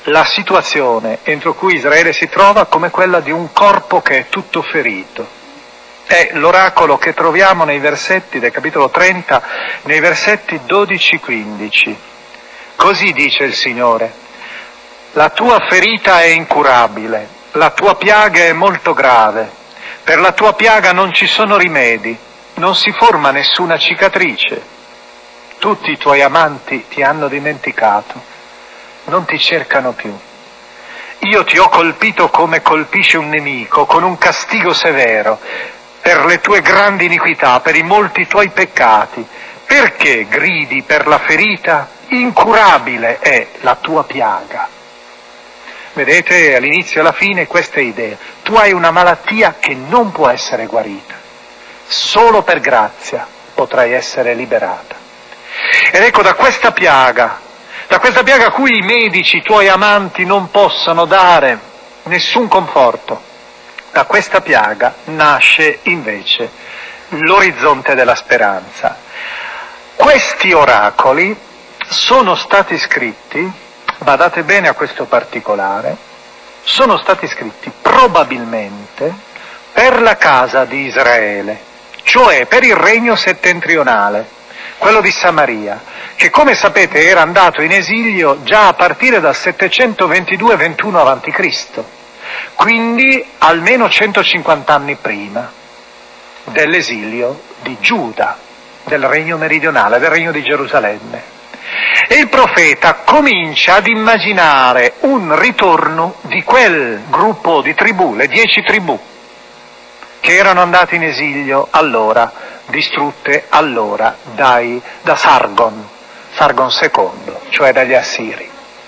la situazione entro cui Israele si trova come quella di un corpo che è tutto ferito. È l'oracolo che troviamo nei versetti del capitolo trenta, nei versetti dodici quindici. Così dice il Signore: la tua ferita è incurabile, la tua piaga è molto grave, per la tua piaga non ci sono rimedi, non si forma nessuna cicatrice. Tutti i tuoi amanti ti hanno dimenticato, non ti cercano più. Io ti ho colpito come colpisce un nemico, con un castigo severo, per le tue grandi iniquità, per i molti tuoi peccati. Perché gridi per la ferita? Incurabile è la tua piaga. Vedete, all'inizio e alla fine questa idea. Tu hai una malattia che non può essere guarita. Solo per grazia potrai essere liberata. Ed ecco, da questa piaga, da questa piaga a cui i medici, i tuoi amanti non possono dare nessun conforto, da questa piaga nasce invece l'orizzonte della speranza. Questi oracoli sono stati scritti, badate bene a questo particolare, sono stati scritti probabilmente per la casa di Israele, cioè per il regno settentrionale, quello di Samaria, che come sapete era andato in esilio già a partire dal settecentoventidue ventuno avanti Cristo, quindi almeno centocinquanta anni prima dell'esilio di Giuda, del regno meridionale, del regno di Gerusalemme. E il profeta comincia ad immaginare un ritorno di quel gruppo di tribù, le dieci tribù, che erano andate in esilio allora, distrutte allora dai, da Sargon, Sargon secondo, cioè dagli Assiri.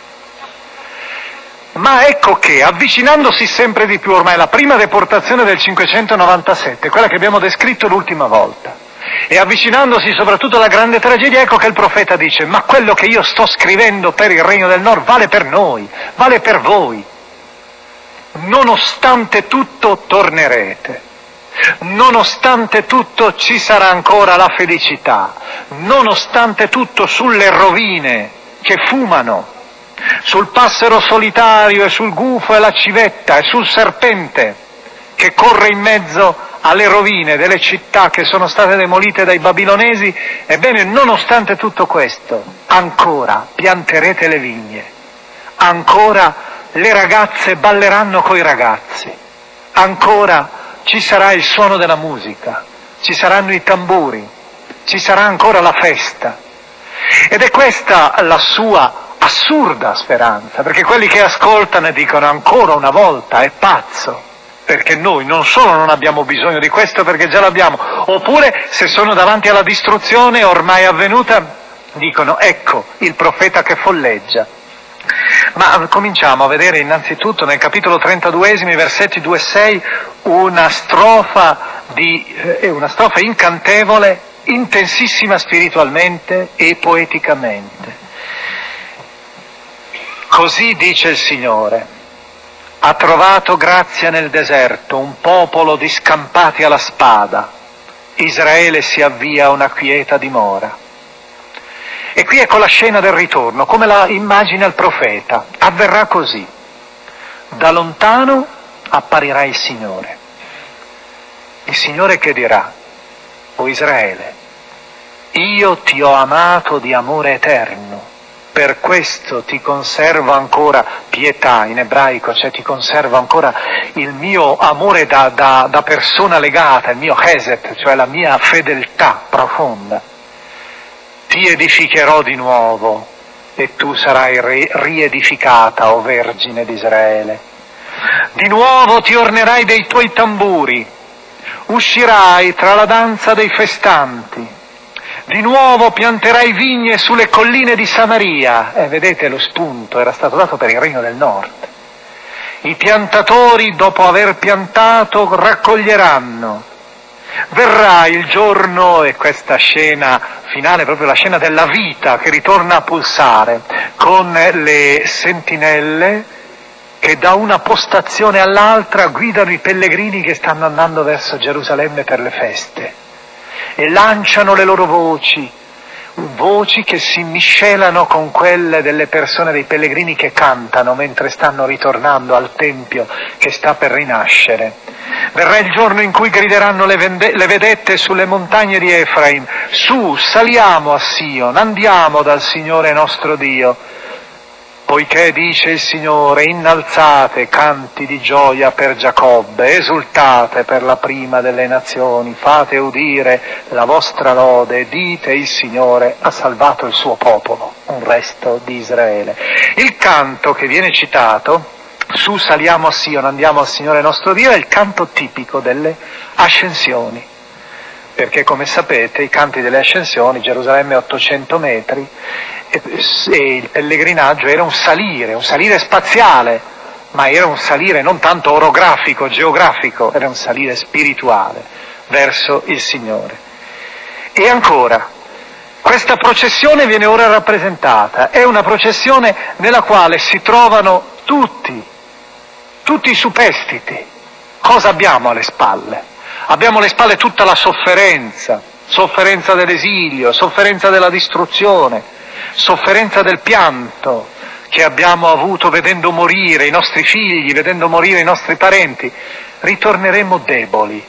Ma ecco che, avvicinandosi sempre di più, ormai la prima deportazione del cinquecentonovantasette, quella che abbiamo descritto l'ultima volta, e avvicinandosi soprattutto alla grande tragedia, ecco che il profeta dice: ma quello che io sto scrivendo per il regno del nord vale per noi, vale per voi. Nonostante tutto tornerete, nonostante tutto ci sarà ancora la felicità, nonostante tutto sulle rovine che fumano, sul passero solitario e sul gufo e la civetta e sul serpente che corre in mezzo alle rovine delle città che sono state demolite dai babilonesi, ebbene, nonostante tutto questo, ancora pianterete le vigne, ancora le ragazze balleranno coi ragazzi, ancora ci sarà il suono della musica, ci saranno i tamburi, ci sarà ancora la festa. Ed è questa la sua assurda speranza, perché quelli che ascoltano e dicono ancora una volta è pazzo, perché noi non solo non abbiamo bisogno di questo perché già l'abbiamo, oppure se sono davanti alla distruzione ormai avvenuta dicono ecco il profeta che folleggia. Ma cominciamo a vedere innanzitutto nel capitolo trentaduesimo, versetti due e sei, una strofa, di, eh, una strofa incantevole, intensissima spiritualmente e poeticamente. Così dice il Signore: ha trovato grazia nel deserto un popolo di scampati alla spada, Israele si avvia a una quieta dimora. E qui ecco la scena del ritorno, come la immagina il profeta. Avverrà così: da lontano apparirà il Signore, il Signore che dirà: o Israele, io ti ho amato di amore eterno, per questo ti conservo ancora pietà, in ebraico, cioè ti conservo ancora il mio amore da, da, da persona legata, il mio chesed, cioè la mia fedeltà profonda. Ti edificherò di nuovo e tu sarai re- riedificata, o Vergine di Israele. Di nuovo ti ornerai dei tuoi tamburi, uscirai tra la danza dei festanti. Di nuovo pianterai vigne sulle colline di Samaria. E eh, vedete, lo spunto era stato dato per il regno del nord. I piantatori, dopo aver piantato, raccoglieranno. Verrà il giorno, e questa scena finale, proprio la scena della vita che ritorna a pulsare, con le sentinelle che da una postazione all'altra guidano i pellegrini che stanno andando verso Gerusalemme per le feste. E lanciano le loro voci, voci che si miscelano con quelle delle persone, dei pellegrini che cantano mentre stanno ritornando al Tempio che sta per rinascere. Verrà il giorno in cui grideranno le, vende- le vedette sulle montagne di Efraim: su, saliamo a Sion, andiamo dal Signore nostro Dio. Poiché, dice il Signore, innalzate canti di gioia per Giacobbe, esultate per la prima delle nazioni, fate udire la vostra lode, dite il Signore ha salvato il suo popolo, un resto di Israele. Il canto che viene citato, su saliamo a Sion, andiamo al Signore nostro Dio, è il canto tipico delle ascensioni. Perché, come sapete, i canti delle ascensioni, Gerusalemme ottocento metri, e il pellegrinaggio era un salire, un salire spaziale, ma era un salire non tanto orografico, geografico, era un salire spirituale verso il Signore. E ancora, questa processione viene ora rappresentata, è una processione nella quale si trovano tutti, tutti i superstiti. Cosa abbiamo alle spalle? Abbiamo alle spalle tutta la sofferenza, sofferenza dell'esilio, sofferenza della distruzione, sofferenza del pianto che abbiamo avuto vedendo morire i nostri figli, vedendo morire i nostri parenti. Ritorneremo deboli,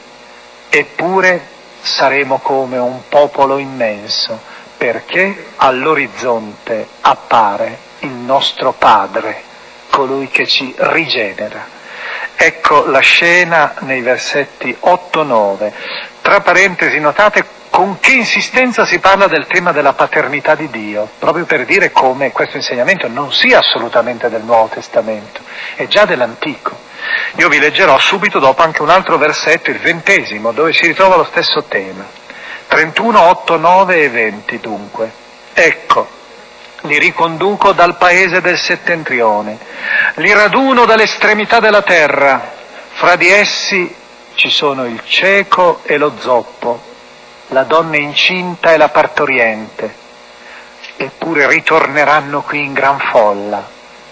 eppure saremo come un popolo immenso, perché all'orizzonte appare il nostro Padre, colui che ci rigenera. Ecco la scena nei versetti otto nove. Tra parentesi, notate con che insistenza si parla del tema della paternità di Dio, proprio per dire come questo insegnamento non sia assolutamente del Nuovo Testamento, è già dell'Antico. Io vi leggerò subito dopo anche un altro versetto, il ventesimo, dove si ritrova lo stesso tema. trentuno, otto, nove e venti dunque. Ecco, li riconduco dal paese del settentrione, li raduno dall'estremità della terra, fra di essi ci sono il cieco e lo zoppo, la donna incinta e la partoriente, eppure ritorneranno qui in gran folla.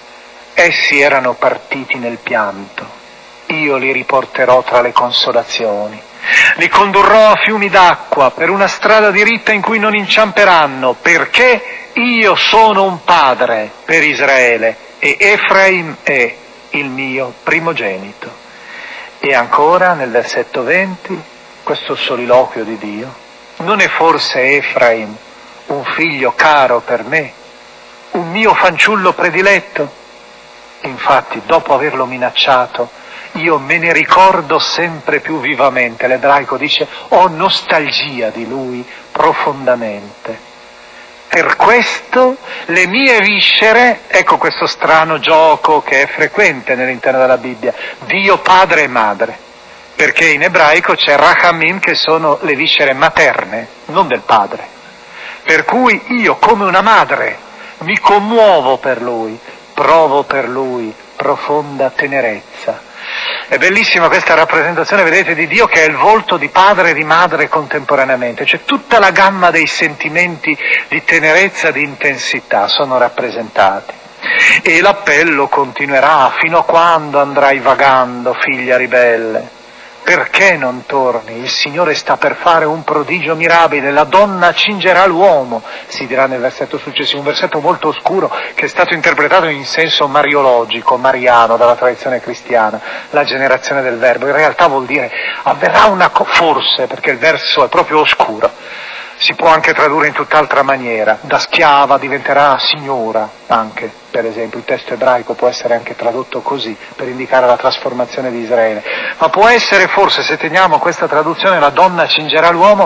Essi erano partiti nel pianto, io li riporterò tra le consolazioni. Li condurrò a fiumi d'acqua per una strada diritta in cui non inciamperanno, perché io sono un padre per Israele e Efraim è il mio primogenito. E ancora nel versetto venti, questo soliloquio di Dio: non è forse Efraim un figlio caro per me, un mio fanciullo prediletto? Infatti, dopo averlo minacciato, io me ne ricordo sempre più vivamente. L'ebraico dice: ho nostalgia di lui profondamente. Per questo le mie viscere, ecco questo strano gioco che è frequente all'interno della Bibbia, Dio padre e madre, perché in ebraico c'è rachamim, che sono le viscere materne, non del padre. Per cui io, come una madre, mi commuovo per lui, provo per lui profonda tenerezza. È bellissima questa rappresentazione, vedete, di Dio che è il volto di padre e di madre contemporaneamente, cioè tutta la gamma dei sentimenti di tenerezza, di intensità sono rappresentati. E l'appello continuerà: fino a quando andrai vagando, figlia ribelle? Perché non torni? Il Signore sta per fare un prodigio mirabile, la donna cingerà l'uomo, si dirà nel versetto successivo, un versetto molto oscuro che è stato interpretato in senso mariologico, mariano, dalla tradizione cristiana, la generazione del verbo. In realtà vuol dire avverrà una co- forse, perché il verso è proprio oscuro. Si può anche tradurre in tutt'altra maniera, da schiava diventerà signora anche, per esempio, il testo ebraico può essere anche tradotto così, per indicare la trasformazione di Israele. Ma può essere forse, se teniamo questa traduzione, la donna cingerà l'uomo,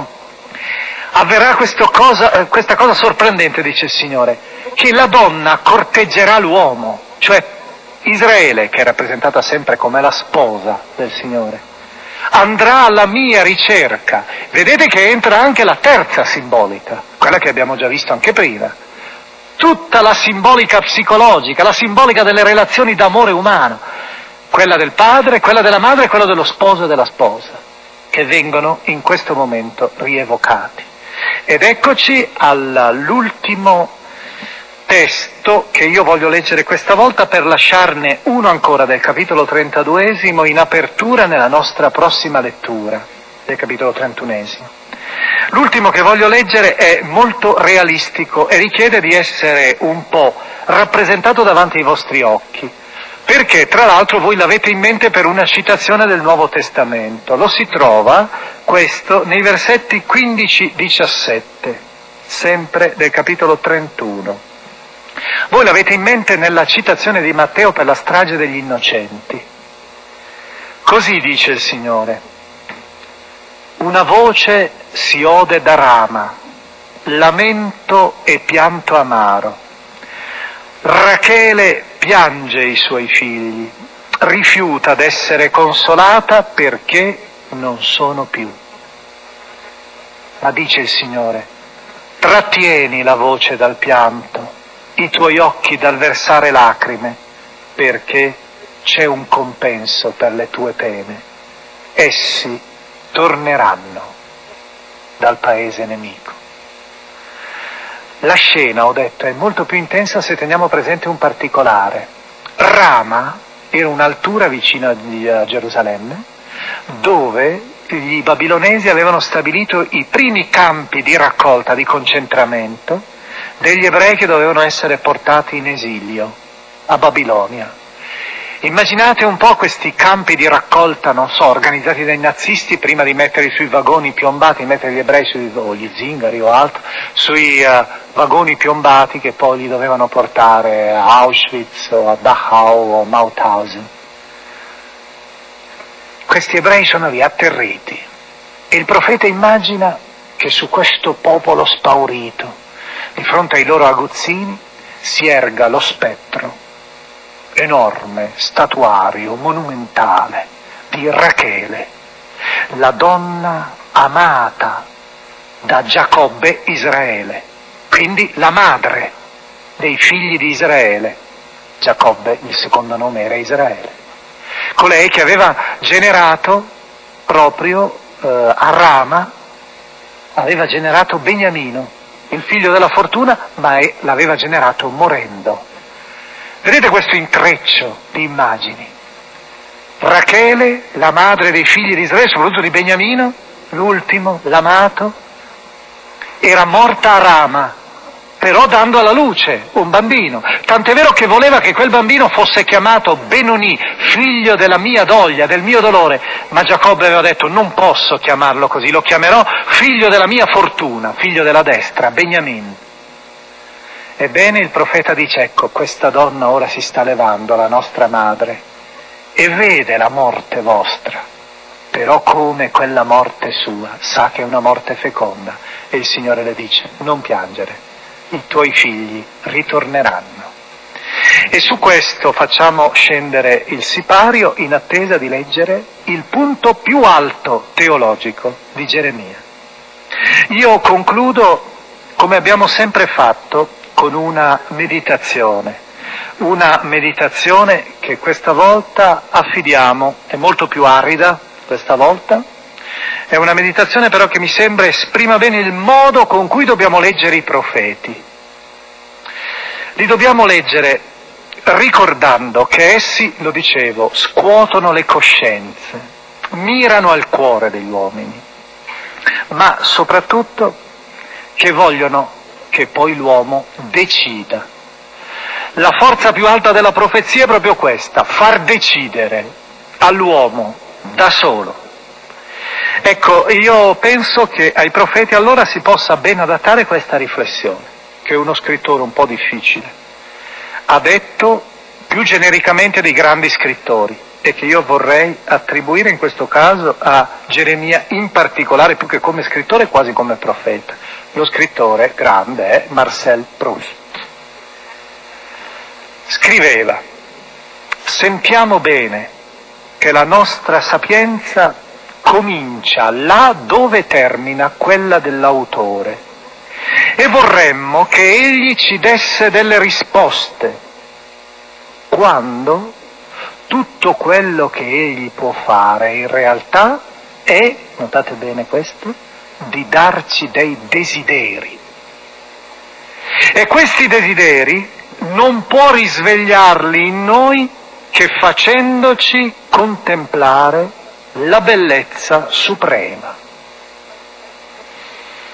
avverrà questo cosa, eh, questa cosa sorprendente, dice il Signore, che la donna corteggerà l'uomo, cioè Israele, che è rappresentata sempre come la sposa del Signore, andrà alla mia ricerca. Vedete che entra anche la terza simbolica, quella che abbiamo già visto anche prima. Tutta la simbolica psicologica, la simbolica delle relazioni d'amore umano, quella del padre, quella della madre e quella dello sposo e della sposa, che vengono in questo momento rievocati. Ed eccoci all'ultimo testo che io voglio leggere questa volta, per lasciarne uno ancora del capitolo trentaduesimo in apertura nella nostra prossima lettura, del capitolo trentunesimo. L'ultimo che voglio leggere è molto realistico e richiede di essere un po' rappresentato davanti ai vostri occhi, perché tra l'altro voi l'avete in mente per una citazione del Nuovo Testamento. Lo si trova, questo, nei versetti quindici diciassette, sempre del capitolo trentuno. Voi l'avete in mente nella citazione di Matteo per la strage degli innocenti. Così dice il Signore: una voce si ode da Rama, lamento e pianto amaro. Rachele piange i suoi figli, rifiuta d'essere consolata perché non sono più. Ma dice il Signore: trattieni la voce dal pianto, i tuoi occhi dal versare lacrime, perché c'è un compenso per le tue pene. Essi torneranno dal paese nemico. La scena, ho detto, è molto più intensa se teniamo presente un particolare. Rama era un'altura vicino a Gerusalemme, dove i babilonesi avevano stabilito i primi campi di raccolta, di concentramento degli ebrei che dovevano essere portati in esilio a Babilonia. Immaginate un po' questi campi di raccolta, non so, organizzati dai nazisti prima di metterli sui vagoni piombati, mettere gli ebrei sui, o gli zingari o altro, sui uh, vagoni piombati che poi li dovevano portare a Auschwitz o a Dachau o Mauthausen. Questi ebrei sono lì atterriti e il profeta immagina che su questo popolo spaurito, di fronte ai loro aguzzini, si erga lo spettro enorme, statuario, monumentale di Rachele, la donna amata da Giacobbe Israele, quindi la madre dei figli di Israele. Giacobbe, il secondo nome era Israele, colei che aveva generato proprio eh, a Rama, aveva generato Beniamino, il figlio della fortuna, ma è, l'aveva generato morendo. Vedete questo intreccio di immagini? Rachele, la madre dei figli di Israele, soprattutto di Beniamino, l'ultimo, l'amato, era morta a Rama, però dando alla luce un bambino. Tant'è vero che voleva che quel bambino fosse chiamato Benoni, figlio della mia doglia, del mio dolore, ma Giacobbe aveva detto: non posso chiamarlo così, lo chiamerò figlio della mia fortuna, figlio della destra, Beniamin. Ebbene, il profeta dice: ecco, questa donna ora si sta levando, la nostra madre, e vede la morte vostra, però come quella morte sua, sa che è una morte feconda, e il Signore le dice: non piangere, i tuoi figli ritorneranno. E su questo facciamo scendere il sipario in attesa di leggere il punto più alto teologico di Geremia. Io concludo, come abbiamo sempre fatto, con una meditazione, una meditazione che questa volta affidiamo, è molto più arida questa volta, è una meditazione però che mi sembra esprima bene il modo con cui dobbiamo leggere i profeti. Li dobbiamo leggere ricordando che essi, lo dicevo, scuotono le coscienze, mirano al cuore degli uomini, ma soprattutto che vogliono che poi l'uomo decida. La forza più alta della profezia è proprio questa: far decidere all'uomo da solo. Ecco, io penso che ai profeti allora si possa ben adattare questa riflessione, che uno scrittore un po' difficile ha detto più genericamente dei grandi scrittori, e che io vorrei attribuire in questo caso a Geremia in particolare, più che come scrittore quasi come profeta. Lo scrittore grande è Marcel Proust. Scriveva: sentiamo bene che la nostra sapienza comincia là dove termina quella dell'autore, e vorremmo che egli ci desse delle risposte, quando tutto quello che egli può fare in realtà è, notate bene questo, di darci dei desideri. E questi desideri non può risvegliarli in noi che facendoci contemplare la bellezza suprema.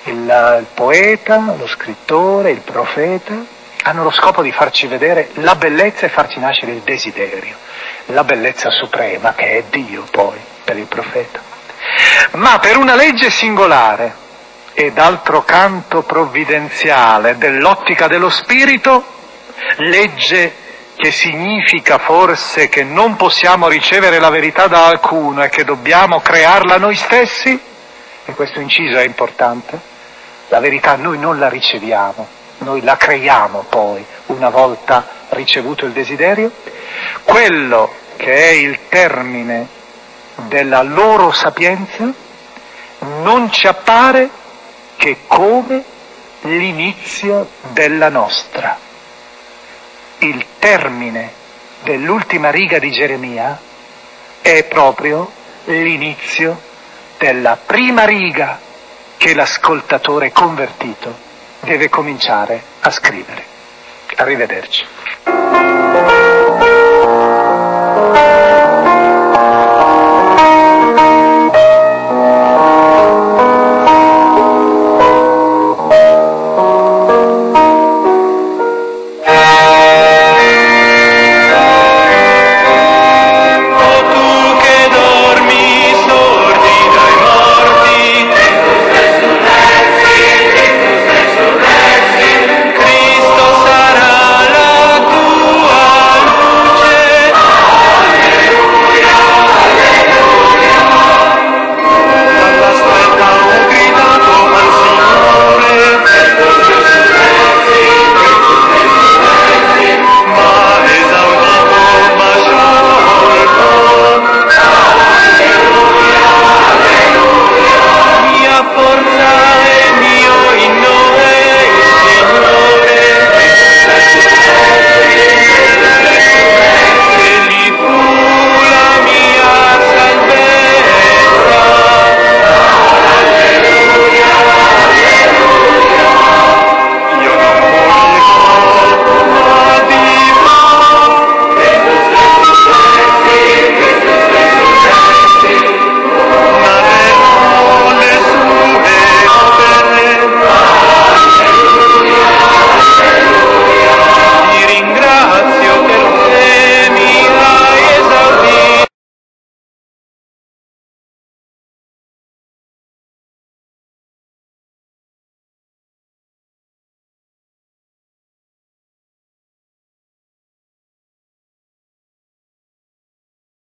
il, il poeta, lo scrittore, il profeta hanno lo scopo di farci vedere la bellezza e farci nascere il desiderio, la bellezza suprema che è Dio poi per il profeta. Ma per una legge singolare e d'altro canto provvidenziale dell'ottica dello spirito, legge che significa forse che non possiamo ricevere la verità da alcuno e che dobbiamo crearla noi stessi, e questo inciso è importante, la verità noi non la riceviamo, noi la creiamo poi una volta ricevuto il desiderio. Quello che è il termine della loro sapienza non ci appare che come l'inizio della nostra. Il termine dell'ultima riga di Geremia è proprio l'inizio della prima riga che l'ascoltatore convertito deve cominciare a scrivere. Arrivederci.